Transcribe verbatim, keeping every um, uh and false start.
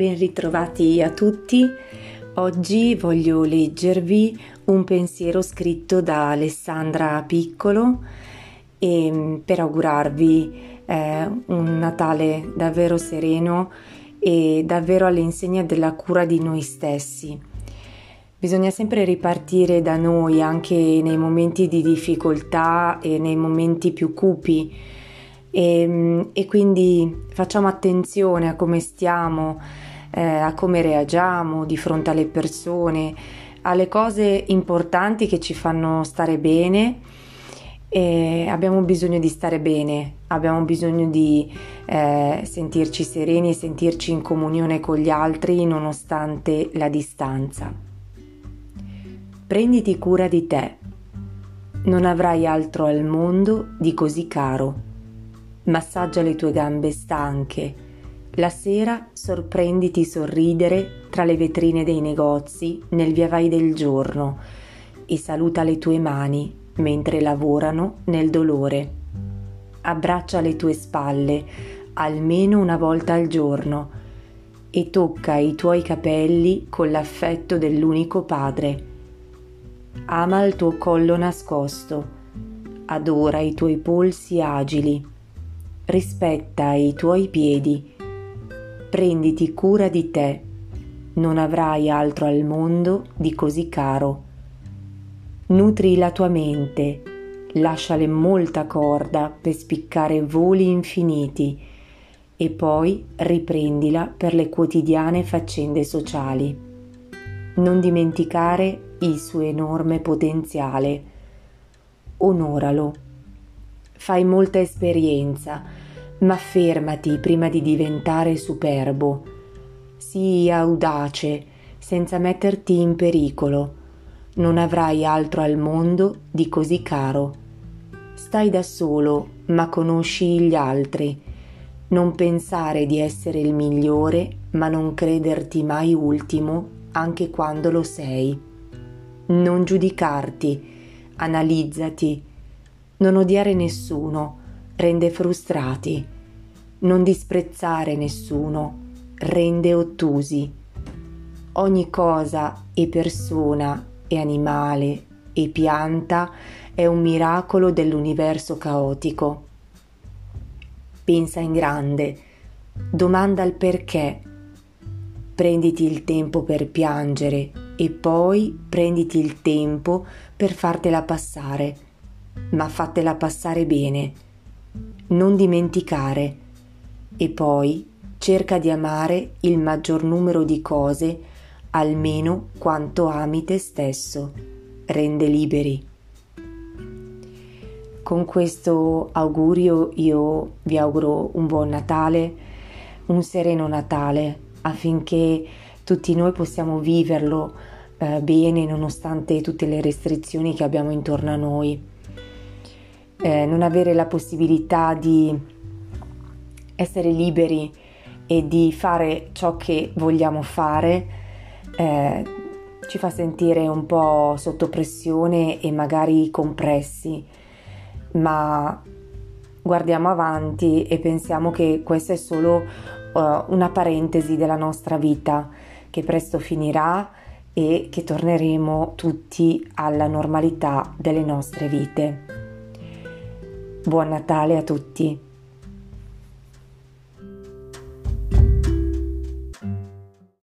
Ben ritrovati a tutti. Oggi voglio leggervi un pensiero scritto da Alessandra Piccolo e, per augurarvi eh, un Natale davvero sereno e davvero all'insegna della cura di noi stessi. Bisogna sempre ripartire da noi anche nei momenti di difficoltà e nei momenti più cupi e, e quindi facciamo attenzione a come stiamo, eh, a come reagiamo di fronte alle persone, alle cose importanti che ci fanno stare bene. E abbiamo bisogno di stare bene, abbiamo bisogno di eh, sentirci sereni e sentirci in comunione con gli altri nonostante la distanza. Prenditi cura di te. Non avrai altro al mondo di così caro. Massaggia le tue gambe stanche. La sera sorprenditi sorridere tra le vetrine dei negozi nel viavai del giorno e saluta le tue mani mentre lavorano nel dolore. Abbraccia le tue spalle almeno una volta al giorno e tocca i tuoi capelli con l'affetto dell'unico padre. Ama il tuo collo nascosto, adora i tuoi polsi agili, rispetta i tuoi piedi, prenditi cura di te, non avrai altro al mondo di così caro. Nutri la tua mente, lasciale molta corda per spiccare voli infiniti e poi riprendila per le quotidiane faccende sociali. Non dimenticare il suo enorme potenziale. Onoralo. Fai molta esperienza, ma fermati prima di diventare superbo. Sii audace, senza metterti in pericolo. Non avrai altro al mondo di così caro. Stai da solo, ma conosci gli altri. Non pensare di essere il migliore, ma non crederti mai ultimo, anche quando lo sei. Non giudicarti, analizzati. Non odiare nessuno, rende frustrati. Non disprezzare nessuno, rende ottusi. Ogni cosa e persona e animale e pianta è un miracolo dell'universo caotico. Pensa in grande, domanda il perché. Prenditi il tempo per piangere e poi prenditi il tempo per fartela passare, ma fatela passare bene. Non dimenticare e poi cerca di amare il maggior numero di cose, almeno quanto ami te stesso. Rende liberi. Con questo augurio io vi auguro un buon Natale, un sereno Natale, affinché tutti noi possiamo viverlo eh, bene nonostante tutte le restrizioni che abbiamo intorno a noi. Eh, non avere la possibilità di essere liberi e di fare ciò che vogliamo fare eh, ci fa sentire un po' sotto pressione e magari compressi, ma guardiamo avanti e pensiamo che questa è solo uh, una parentesi della nostra vita, che presto finirà e che torneremo tutti alla normalità delle nostre vite. Buon Natale a tutti!